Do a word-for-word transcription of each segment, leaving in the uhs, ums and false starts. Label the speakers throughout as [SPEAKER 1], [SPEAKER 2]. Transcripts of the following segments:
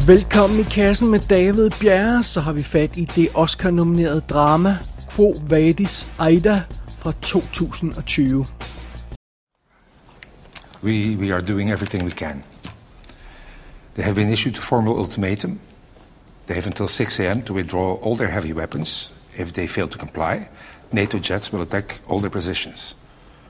[SPEAKER 1] Velkommen i kassen med David Bjerre, så har vi fat i det Oscar-nominerede drama Quo Vadis Aida fra to tusind og tyve.
[SPEAKER 2] We, we are doing everything we can. They have been issued a formal ultimatum. They have until six a.m. to withdraw all their heavy weapons. If they fail to comply, NATO jets will attack all their positions.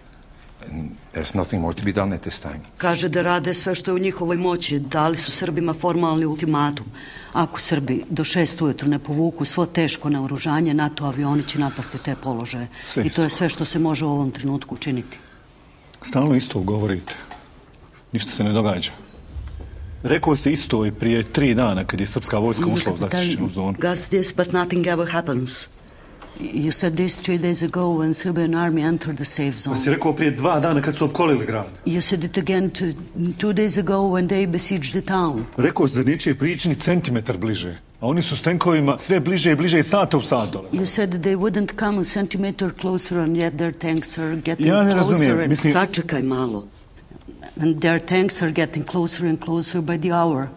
[SPEAKER 2] And there's nothing more to be done at this time.
[SPEAKER 3] Kaže da rade sve što je u njihovoj moći. Dali su Srbima formalni ultimatum. Ako Srbi do šest ujutru ne povuku svo teško naoružanje, NATO avioni će napasti te položaje. Sve I to je sve što se može u ovom trenutku učiniti.
[SPEAKER 4] Stalno isto govorite. Ništa se ne događa. Rekao se isto i prije tri dana kad je srpska vojska ušla u zaštićenu zonu.
[SPEAKER 3] Gus this, but nothing ever happens. You said this three days ago when Serbian army entered the safe zone.
[SPEAKER 4] Pa si rekao prije dva dana kad su opkolili grad.
[SPEAKER 3] You said it again two, two days ago when they besieged the town.
[SPEAKER 4] Rekao si da neće prići ni centimetar bliže. A oni su s tenkovima sve bliže i bliže i sata u sat dole.
[SPEAKER 3] You said that they wouldn't come a centimeter closer and yet their tanks are getting
[SPEAKER 4] ja ne
[SPEAKER 3] closer.
[SPEAKER 4] Razumijem,
[SPEAKER 3] and...
[SPEAKER 4] mislim...
[SPEAKER 3] Sačekaj malo. And their tanks are getting closer and closer by the hour.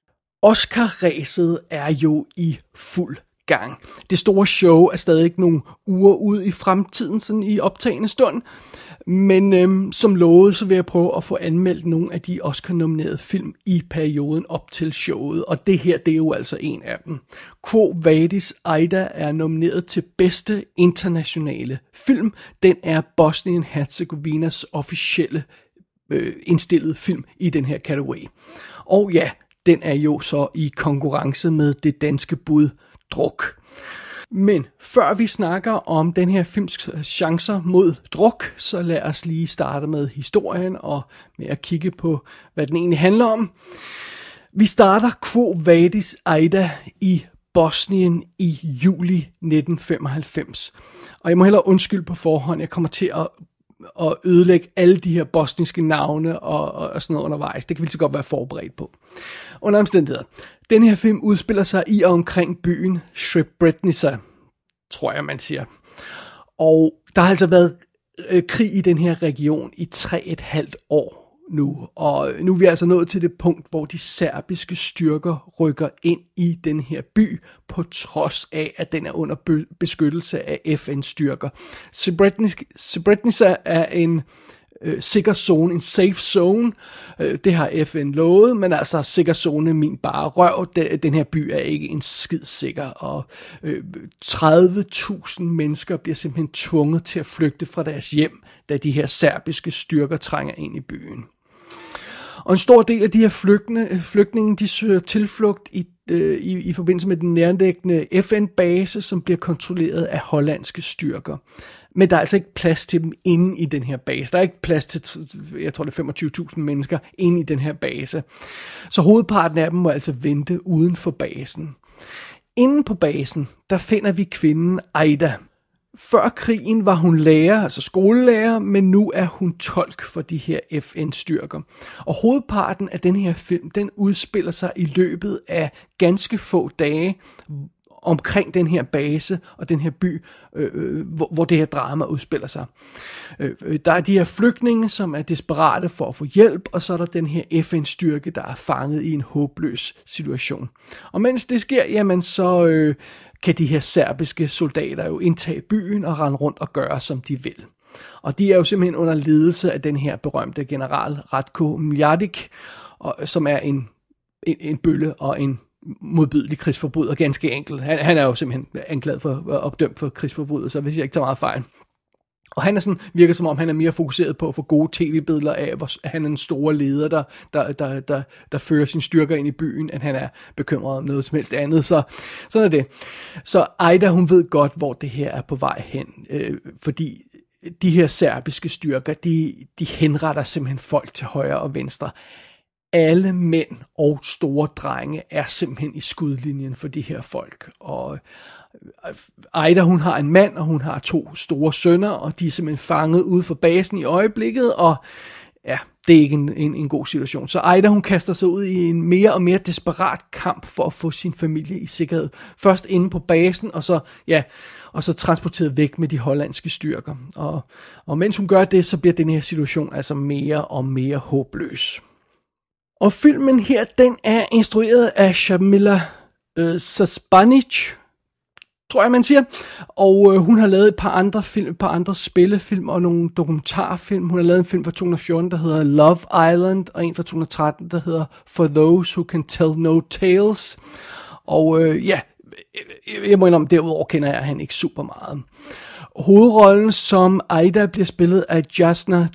[SPEAKER 1] Oscar-ræset er jo i fuld gang. Det store show er stadig ikke nogle uger ud i fremtiden, sådan i optagende stund. Men øhm, som lovet, så vil jeg prøve at få anmeldt nogle af de Oscar-nominerede film i perioden op til showet. Og det her, det er jo altså en af dem. Quo Vadis Aida er nomineret til bedste internationale film. Den er Bosnien-Herzegovinas officielle øh, indstillede film i den her kategori. Og ja, den er jo så i konkurrence med det danske bud Druk. Men før vi snakker om den her films chancer mod druk, så lad os lige starte med historien og med at kigge på, hvad den egentlig handler om. Vi starter Quo Vadis Aida i Bosnien i juli nitten femoghalvfems. Og jeg må hellere undskylde på forhånd, jeg kommer til at og ødelægge alle de her bosniske navne og, og, og sådan noget undervejs. Det kan vi så godt være forberedt på. Under omstændigheder. Den her film udspiller sig i og omkring byen Srebrenica, tror jeg man siger. Og der har altså været øh, krig i den her region i tre et halvt år nu. Og nu er vi altså nået til det punkt, hvor de serbiske styrker rykker ind i den her by, på trods af, at den er under beskyttelse af F N-styrker. Srebrenica er en øh, sikker zone, en safe zone. Øh, det har F N lovet, men altså sikker zone min bare røv. Den, den her by er ikke en skid sikker, og øh, tredive tusind mennesker bliver simpelthen tvunget til at flygte fra deres hjem, da de her serbiske styrker trænger ind i byen. Og en stor del af de her flygtninge, flygtninge de søger tilflugt i, øh, i, i forbindelse med den nærliggende F N-base, som bliver kontrolleret af hollandske styrker. Men der er altså ikke plads til dem inde i den her base. Der er ikke plads til, jeg tror det er femogtyve tusind mennesker inde i den her base. Så hovedparten af dem må altså vente uden for basen. Inden på basen, der finder vi kvinden Aida. Før krigen var hun lærer, altså skolelærer, men nu er hun tolk for de her F N-styrker. Og hovedparten af den her film, den udspiller sig i løbet af ganske få dage omkring den her base og den her by, øh, hvor, hvor det her drama udspiller sig. Øh, der er de her flygtninge, som er desperate for at få hjælp, og så er der den her F N-styrke, der er fanget i en håbløs situation. Og mens det sker, jamen så øh, kan de her serbiske soldater jo indtage byen og rende rundt og gøre, som de vil. Og de er jo simpelthen under ledelse af den her berømte general Ratko Mladic, og, som er en, en, en bølle og en modbydelig krigsforbryder, ganske enkelt. Han, han er jo simpelthen anklaget for at opdømt for krigsforbrydelser, hvis jeg ikke tager meget fejl. Og han er sådan, virker som om, han er mere fokuseret på at få gode tv-billeder af, hvor han er en stor leder, der, der, der, der, der fører sine styrker ind i byen, end han er bekymret om noget som helst andet. Så sådan er det. Så Aida, hun ved godt, hvor det her er på vej hen, øh, fordi de her serbiske styrker, de, de henretter simpelthen folk til højre og venstre. Alle mænd og store drenge er simpelthen i skudlinjen for de her folk. Og Aida, hun har en mand, og hun har to store sønner, og de er simpelthen fanget ude for basen i øjeblikket, og ja, det er ikke en, en, en god situation. Så Aida, hun kaster sig ud i en mere og mere desperat kamp for at få sin familie i sikkerhed. Først inde på basen, og så, ja, og så transporteret væk med de hollandske styrker. Og, og mens hun gør det, så bliver den her situation altså mere og mere håbløs. Og filmen her, den er instrueret af Shamila øh, Sasbanic, tror jeg, man siger. Og øh, hun har lavet et par andre film, et par andre spillefilm og nogle dokumentarfilm. Hun har lavet en film fra to tusind og fjorten, der hedder Love Island, og en fra to tusind og tretten, der hedder For Those Who Can Tell No Tales. Og øh, ja, jeg må indrømme, derudover kender jeg hende ikke super meget. Hovedrollen som Aida bliver spillet af Jasna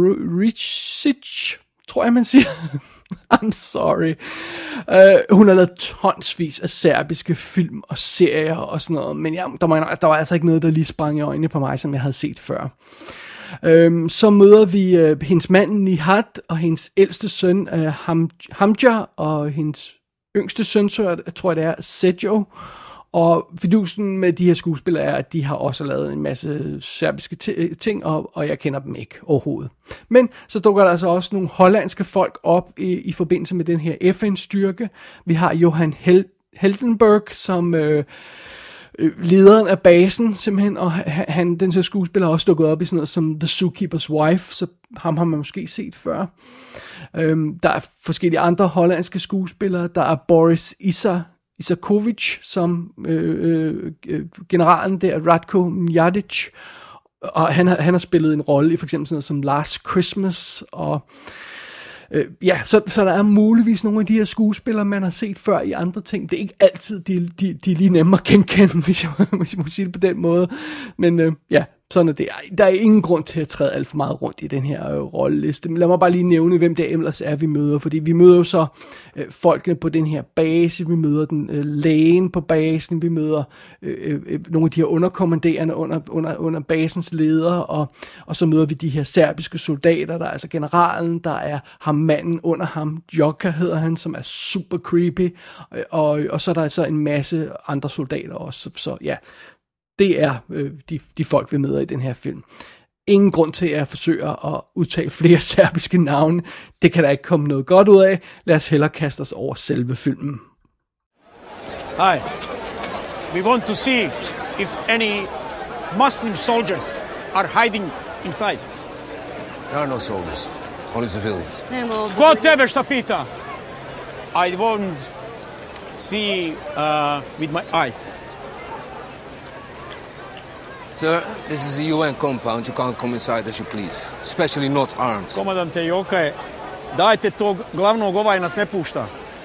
[SPEAKER 1] Juricic, tror jeg, man siger. I'm sorry. Uh, hun har lavet tonsvis af serbiske film og serier og sådan noget, men jeg, der, var, der var altså ikke noget, der lige sprang i øjnene på mig, som jeg havde set før. Uh, så møder vi uh, hendes mand Nihat og hendes ældste søn uh, Ham, Hamja og hendes yngste søn, så jeg tror jeg det er, Sejo. Og fidusen med de her skuespillere er, at de har også lavet en masse serbiske t- ting, og, og jeg kender dem ikke overhovedet. Men så dukker der altså også nogle hollandske folk op i, i forbindelse med den her F N-styrke. Vi har Johan Hel- Heldenberg som øh, øh, lederen af basen, simpelthen, og han, den her skuespiller har også dukket op i sådan noget som The Zookeeper's Wife, så ham har man måske set før. Øhm, der er forskellige andre hollandske skuespillere. Der er Boris Isa Isakovic som øh, øh, generalen der, Ratko Mladic, og han har, han har spillet en rolle i for eksempel sådan noget som Last Christmas, og øh, ja, så, så der er muligvis nogle af de her skuespillere, man har set før i andre ting. Det er ikke altid, de, de, de er lige nemme at genkende, hvis jeg, hvis jeg må sige det på den måde, men øh, ja, sådan er det. Der er ingen grund til at træde alt for meget rundt i den her øh, rolleliste. Men lad mig bare lige nævne, hvem det ellers er, vi møder. Fordi vi møder jo så øh, folkene på den her base, vi møder den øh, lægen på basen, vi møder øh, øh, nogle af de her underkommanderende under, under, under basens ledere, og, og så møder vi de her serbiske soldater, der er altså generalen, der er ham manden under ham, Joka hedder han, som er super creepy, og, og så er der altså en masse andre soldater også. Så, så ja, det er øh, de, de folk, vi møder i den her film. Ingen grund til, at jeg forsøger at udtale flere serbiske navne. Det kan der ikke komme noget godt ud af. Lad os hellere kaste os over selve filmen.
[SPEAKER 5] Hi. We want to see if any Muslim soldiers are hiding inside.
[SPEAKER 6] There are no soldiers. Only civilians.
[SPEAKER 5] Ko tebe šta pita? I won't see uh, with my eyes.
[SPEAKER 6] Sir, this is a U N compound. You can't come inside as you please. Especially not armed.
[SPEAKER 5] Komandante Joka, dajte tog glavnog, ovaj nas ne pušta.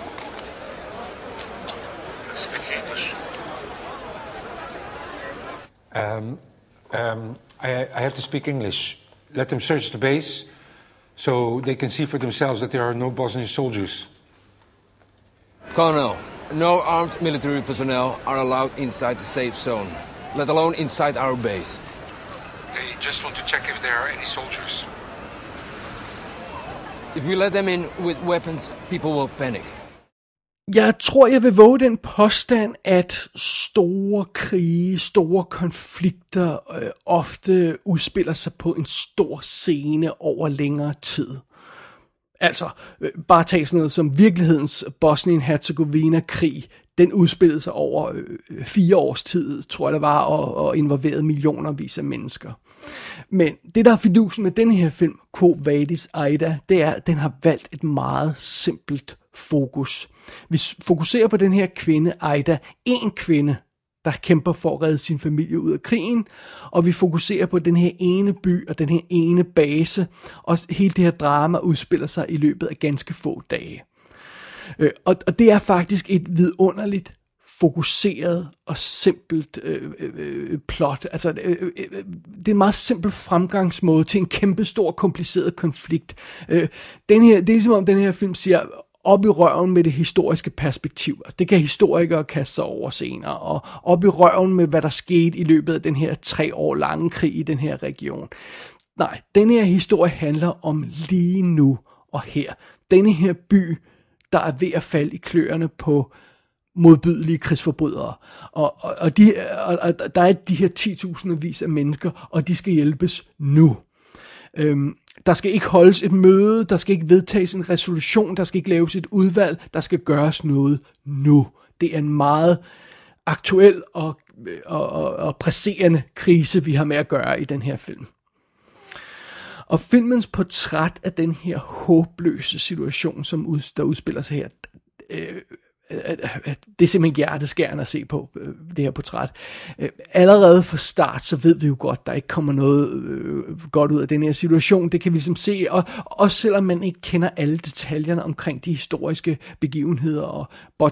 [SPEAKER 2] Um, um, I, I have to speak English. Let them search the base so they can see for themselves that there are no Bosnian soldiers.
[SPEAKER 6] Colonel, no armed military personnel are allowed inside the safe zone, let alone inside our base.
[SPEAKER 2] They just want to check if there are any soldiers.
[SPEAKER 6] If we let them in with weapons, people will panic.
[SPEAKER 1] Jeg tror, jeg vil våge den påstand, at store krige, store konflikter øh, ofte udspiller sig på en stor scene over længere tid. Altså, øh, bare tage sådan noget som virkelighedens Bosnien-Herzegovina-krig. Den udspillede sig over øh, fire års tid, tror jeg det var, og, og involverede millionervis af mennesker. Men det, der er fidusen med den her film, Quo Vadis Aida, det er, at den har valgt et meget simpelt fokus. Vi fokuserer på den her kvinde, Aida, en kvinde, der kæmper for at redde sin familie ud af krigen, og vi fokuserer på den her ene by og den her ene base, og hele det her drama udspiller sig i løbet af ganske få dage. Og, og det er faktisk et vidunderligt fokuseret og simpelt øh, øh, plot. Altså, øh, øh, det er en meget simpel fremgangsmåde til en kæmpe stor kompliceret konflikt. Øh, den her, det er ligesom om den her film siger, op i røven med det historiske perspektiv. Altså, det kan historikere kaste sig over senere, og op i røven med, hvad der skete i løbet af den her tre år lange krig i den her region. Nej, den her historie handler om lige nu og her. Denne her by, der er ved at falde i kløerne på modbydelige krigsforbrydere. Og, og, og, de, og, og der er de her ti tusindvis af mennesker, og de skal hjælpes nu. Øhm, der skal ikke holdes et møde, der skal ikke vedtages en resolution, der skal ikke laves et udvalg, der skal gøres noget nu. Det er en meget aktuel og, og, og, og presserende krise, vi har med at gøre i den her film. Og filmens portræt af den her håbløse situation, som ud, der udspiller sig her, øh, det er simpelthen hjerteskærende at se på, det her portræt. Allerede fra start, så ved vi jo godt, der ikke kommer noget øh, godt ud af den her situation. Det kan vi ligesom se, og også selvom man ikke kender alle detaljerne omkring de historiske begivenheder, og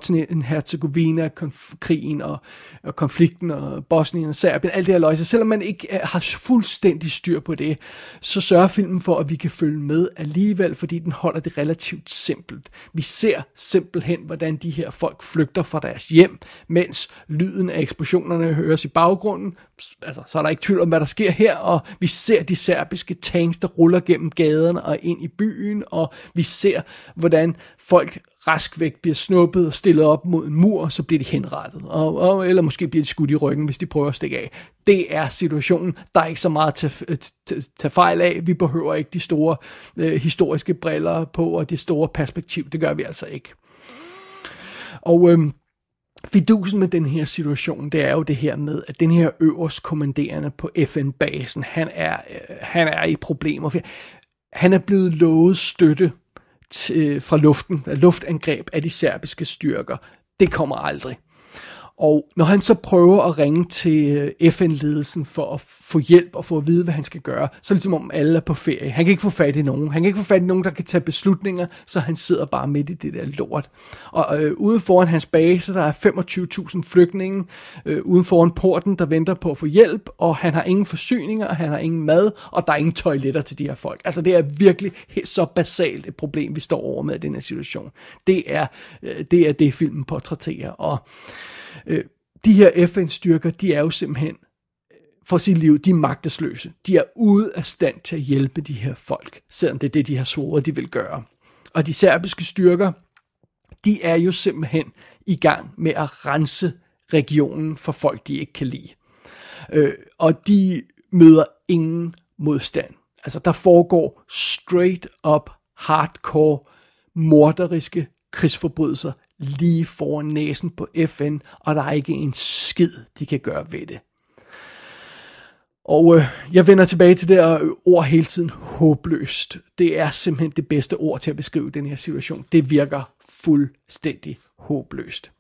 [SPEAKER 1] Bosnien-Herzegovina-krigen, og, og konflikten, og Bosnien og Serbien, alt det her løjse. Selvom man ikke har fuldstændig styr på det, så sørger filmen for, at vi kan følge med alligevel, fordi den holder det relativt simpelt. Vi ser simpelthen, hvordan de her folk flygter fra deres hjem, mens lyden af eksplosionerne høres i baggrunden. Altså, så er der ikke tvivl om, hvad der sker her, og vi ser de serbiske tanks, der ruller gennem gaderne og ind i byen, og vi ser, hvordan folk rask væk bliver snuppet og stillet op mod en mur, og så bliver de henrettet, og, og, eller måske bliver de skudt i ryggen, hvis de prøver at stikke af. Det er situationen. Der er ikke så meget at tage, tage fejl af. Vi behøver ikke de store øh, historiske briller på, og det store perspektiv. Det gør vi altså ikke. Og øhm, fidusen med den her situation, det er jo det her med, at den her øverst kommanderende på F N-basen, han er, øh, han er i problemer. Han er blevet lovet støtte til, fra luften, luftangreb af de serbiske styrker. Det kommer aldrig. Og når han så prøver at ringe til F N-ledelsen for at få hjælp og få at vide, hvad han skal gøre, så er det som om alle er på ferie. Han kan ikke få fat i nogen. Han kan ikke få fat i nogen, der kan tage beslutninger, så han sidder bare midt i det der lort. Og øh, ude foran hans base, der er femogtyve tusind flygtninge, øh, uden foran porten, der venter på at få hjælp, og han har ingen forsyninger, og han har ingen mad, og der er ingen toiletter til de her folk. Altså det er virkelig så basalt et problem, vi står over med i den her situation. Det er øh, det, er det filmen portrætterer, og Øh, de her F N-styrker, de er jo simpelthen, for sit liv, de er magtesløse. De er ude af stand til at hjælpe de her folk, selvom det er det, de har svoret, de vil gøre. Og de serbiske styrker, de er jo simpelthen i gang med at rense regionen for folk, de ikke kan lide. Øh, og de møder ingen modstand. Altså, der foregår straight up, hardcore, morderiske krigsforbrydelser lige foran næsen på F N, og der er ikke en skid, de kan gøre ved det. Og øh, jeg vender tilbage til det her ord hele tiden, håbløst. Det er simpelthen det bedste ord til at beskrive den her situation. Det virker fuldstændig håbløst.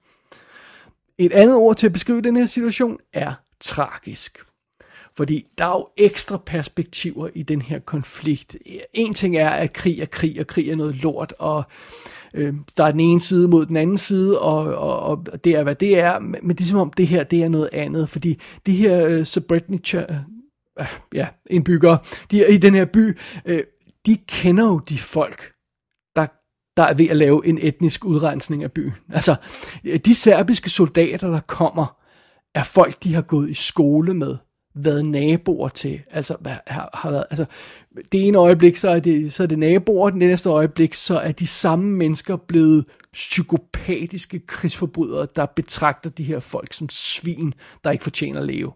[SPEAKER 1] Et andet ord til at beskrive den her situation er tragisk. Fordi der er jo ekstra perspektiver i den her konflikt. En ting er, at krig er krig, og krig er noget lort, og øh, der er den ene side mod den anden side, og, og, og det er, hvad det er. Men det er som om, det her det er noget andet, fordi de her øh, Srebrenica, øh, ja, indbyggere, de er i den her by, øh, de kender jo de folk, der, der er ved at lave en etnisk udrensning af byen. Altså, de serbiske soldater, der kommer, er folk, de har gået i skole med, været naboer til, altså har, har været, altså det ene øjeblik så er det så er det naboer, det næste øjeblik så er de samme mennesker blevet psykopatiske krigsforbrydere, der betragter de her folk som svin, der ikke fortjener at leve.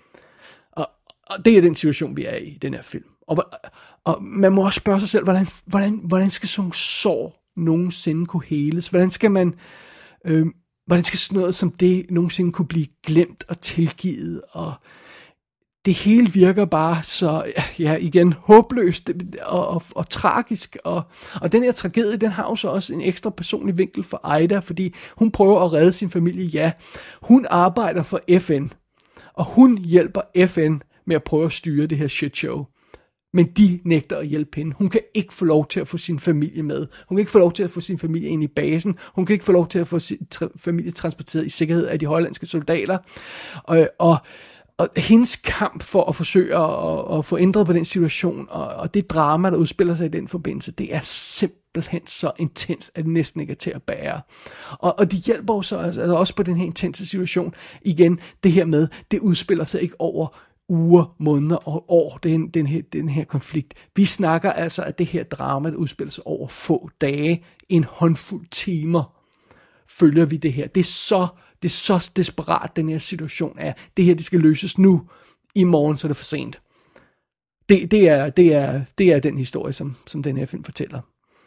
[SPEAKER 1] Og, og det er den situation vi er i i den her film. Og, og man må også spørge sig selv, hvordan hvordan hvordan skal sådan sår nogensinde kunne heles? Hvordan skal man øh, hvordan skal sådan noget som det nogensinde kunne blive glemt og tilgivet, og det hele virker bare så, ja, igen, håbløst og, og, og tragisk. Og, og den her tragedie, den har jo så også en ekstra personlig vinkel for Aida, fordi hun prøver at redde sin familie, ja. Hun arbejder for F N, og hun hjælper F N med at prøve at styre det her shit show. Men de nægter at hjælpe hende. Hun kan ikke få lov til at få sin familie med. Hun kan ikke få lov til at få sin familie ind i basen. Hun kan ikke få lov til at få sin tra- familie transporteret i sikkerhed af de hollandske soldater. Og, og Og hendes kamp for at forsøge at, at få ændret på den situation, og, og det drama, der udspiller sig i den forbindelse, det er simpelthen så intens, at det næsten ikke er til at bære. Og, og det hjælper jo så altså, også på den her intense situation. Igen, det her med, det udspiller sig ikke over uger, måneder og år, den, den, her, den her konflikt. Vi snakker altså, at det her drama, der udspiller sig over få dage, en håndfuld timer, følger vi det her. Det er så Det er så desperat, den her situation er. Det her, det skal løses nu. I morgen, så er det for sent. Det, det, er, det, er, det er den historie, som, som den her film fortæller.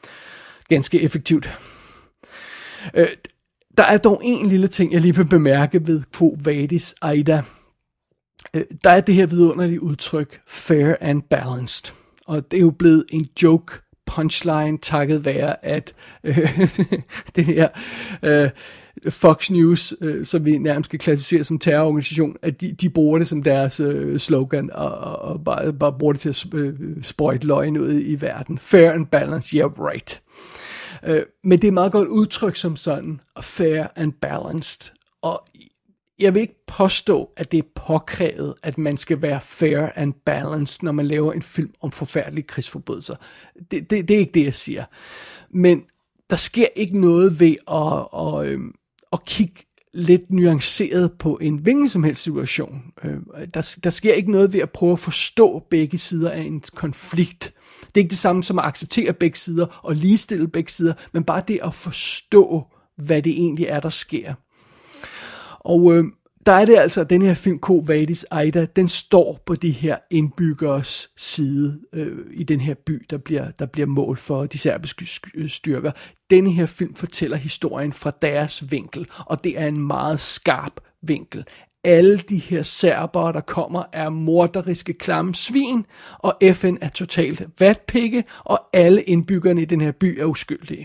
[SPEAKER 1] Ganske effektivt. Øh, der er dog en lille ting, jeg lige vil bemærke ved Quo Vadis Aida. Øh, der er det her vidunderlige udtryk, fair and balanced. Og det er jo blevet en joke punchline takket være, at øh, den her øh, Fox News, øh, som vi nærmest skal klassificere som terrororganisation, at de, de bruger det som deres øh, slogan, og, og, og bare, bare bruger det til at øh, sprøjte løgn ud i verden. Fair and balanced, yeah right. Øh, men det er meget godt udtryk som sådan, fair and balanced. Og jeg vil ikke påstå, at det er påkrævet, at man skal være fair and balanced, når man laver en film om forfærdelige krigsforbrydelser. Det, det, det er ikke det, jeg siger. Men der sker ikke noget ved at, at, at, at kigge lidt nuanceret på en hvilken som helst situation. Der, der sker ikke noget ved at prøve at forstå begge sider af en konflikt. Det er ikke det samme som at acceptere begge sider og ligestille begge sider, men bare det at forstå, hvad det egentlig er, der sker. Og øh, der er det altså, at den her film, Quo Vadis Aida, den står på de her indbyggers side øh, i den her by, der bliver, der bliver mål for de serbiske styrker. Denne her film fortæller historien fra deres vinkel, og det er en meget skarp vinkel. Alle de her serbere, der kommer, er morderiske, klamme svin, og F N er totalt vatpikke, og alle indbyggerne i den her by er uskyldige.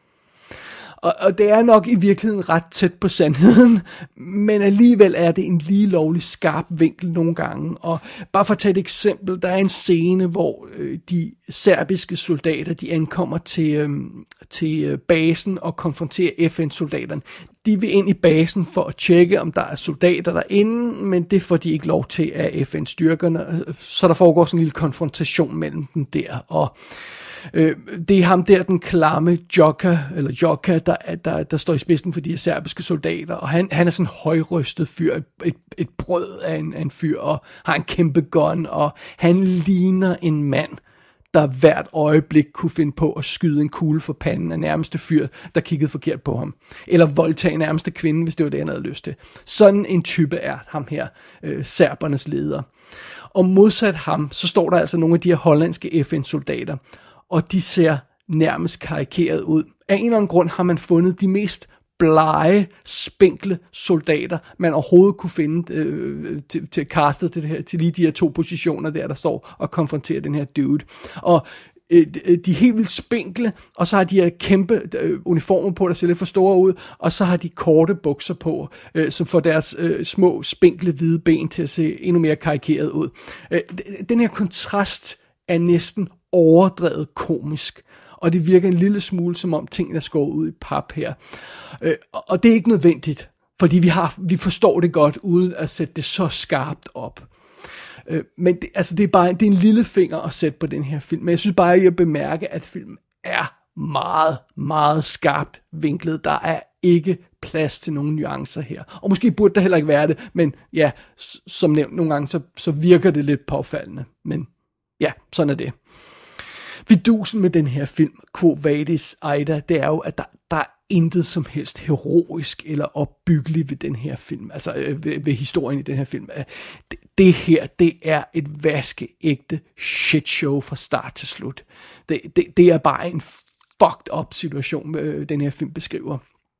[SPEAKER 1] Og, og det er nok i virkeligheden ret tæt på sandheden, men alligevel er det en lige lovlig skarp vinkel nogle gange. Og bare for at tage et eksempel, der er en scene, hvor øh, de serbiske soldater, de ankommer til, øh, til basen og konfronterer F N-soldaterne. De vil ind i basen for at tjekke, om der er soldater derinde, men det får de ikke lov til af F N-styrkerne, så der foregår sådan en lille konfrontation mellem dem der, og Øh, det er ham der, den klamme Joka, eller Joka, der, der, der står i spidsen for de her serbiske soldater, og han, han er sådan en højrystet fyr, et, et, et brød af en, af en fyr, og har en kæmpe gun, og han ligner en mand, der hvert øjeblik kunne finde på at skyde en kugle for panden af nærmeste fyr, der kiggede forkert på ham. Eller voldtage nærmeste kvinde, hvis det var det, han havde lyst til. Sådan en type er ham her, øh, serbernes leder. Og modsat ham, så står der altså nogle af de her hollandske F N-soldater, og de ser nærmest karikeret ud. Af en eller anden grund har man fundet de mest blege, spinkle soldater, man overhovedet kunne finde øh, til, til castet til, det her, til lige de her to positioner der, der står og konfronterer den her dude. Og øh, de er helt vildt spinkle, og så har de her kæmpe øh, uniformer på, der ser lidt for store ud, og så har de korte bukser på, øh, som får deres øh, små, spinkle, hvide ben til at se endnu mere karikeret ud. Øh, den her kontrast er næsten overdrevet komisk, og det virker en lille smule som om tingene er skåret ud i pap her. Øh, og det er ikke nødvendigt, fordi vi, har, vi forstår det godt, uden at sætte det så skarpt op. Øh, men det, altså det, er bare, det er en lille finger at sætte på den her film, men jeg synes bare, at jeg bemærker, at filmen er meget, meget skarpt vinklet. Der er ikke plads til nogle nuancer her. Og måske burde der heller ikke være det, men ja, som nævnt nogle gange, så, så virker det lidt påfaldende. Men ja, sådan er det. Vidusen med den her film, Quo Vadis Aida, det er jo, at der, der er intet som helst heroisk eller opbyggeligt ved den her film, altså øh, ved, ved historien i den her film. Det, det her, det er et vaskeægte shitshow fra start til slut. Det, det, det er bare en fucked up situation, øh, den her film beskriver.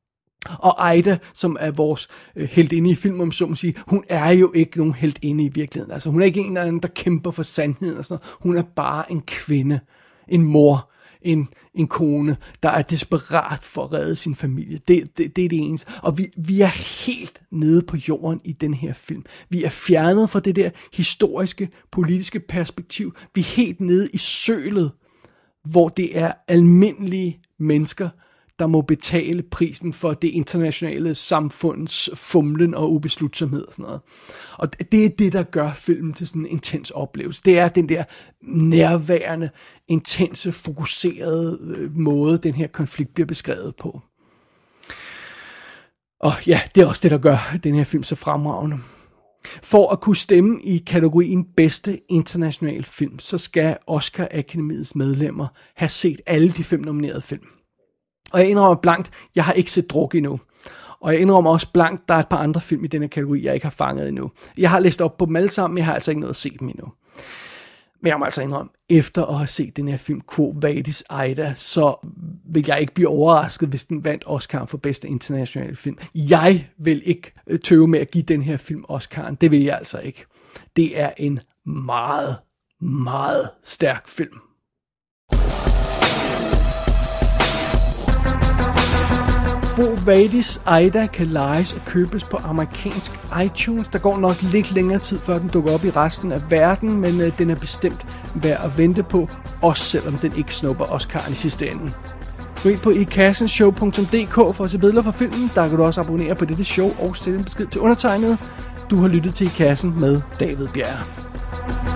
[SPEAKER 1] Og Aida, som er vores øh, heltinde i filmen, som man siger, hun er jo ikke nogen heltinde i virkeligheden. Altså, hun er ikke en eller anden, der kæmper for sandheden og sådan noget. Hun er bare en kvinde, en mor, en, en kone, der er desperat for at redde sin familie. Det, det, det er det eneste. Og vi, vi er helt nede på jorden i den her film. Vi er fjernet fra det der historiske, politiske perspektiv. Vi er helt nede i sølet, hvor det er almindelige mennesker, der må betale prisen for det internationale samfunds fumlen og ubeslutsomhed og sådan noget. Og det er det, der gør filmen til sådan en intens oplevelse. Det er den der nærværende, intense, fokuserede måde, den her konflikt bliver beskrevet på. Og ja, det er også det, der gør den her film så fremragende. For at kunne stemme i kategorien bedste international film, så skal Oscar Akademiets medlemmer have set alle de fem nominerede film. Og jeg indrømmer blankt, jeg har ikke set Druk endnu. Og jeg indrømmer også blankt, der er et par andre film i denne kategori, jeg ikke har fanget endnu. Jeg har læst op på dem alle sammen, men jeg har altså ikke noget at se dem endnu. Men jeg må altså indrømme, efter at have set den her film, Quo Vadis Aida, så vil jeg ikke blive overrasket, hvis den vandt Oscar for bedste internationale film. Jeg vil ikke tøve med at give den her film Oscar'en. Det vil jeg altså ikke. Det er en meget, meget stærk film. Quo Vadis Aida kan lejes og købes på amerikansk iTunes. Der går nok lidt længere tid, før den dukker op i resten af verden, men øh, den er bestemt værd at vente på, også selvom den ikke snupper Oscar'en i sidste ende. Gå ind på i kassen show punktum d k for at se billeder fra filmen. Der kan du også abonnere på dette show og sætte en besked til undertegnet. Du har lyttet til I Kassen med David Bjerre.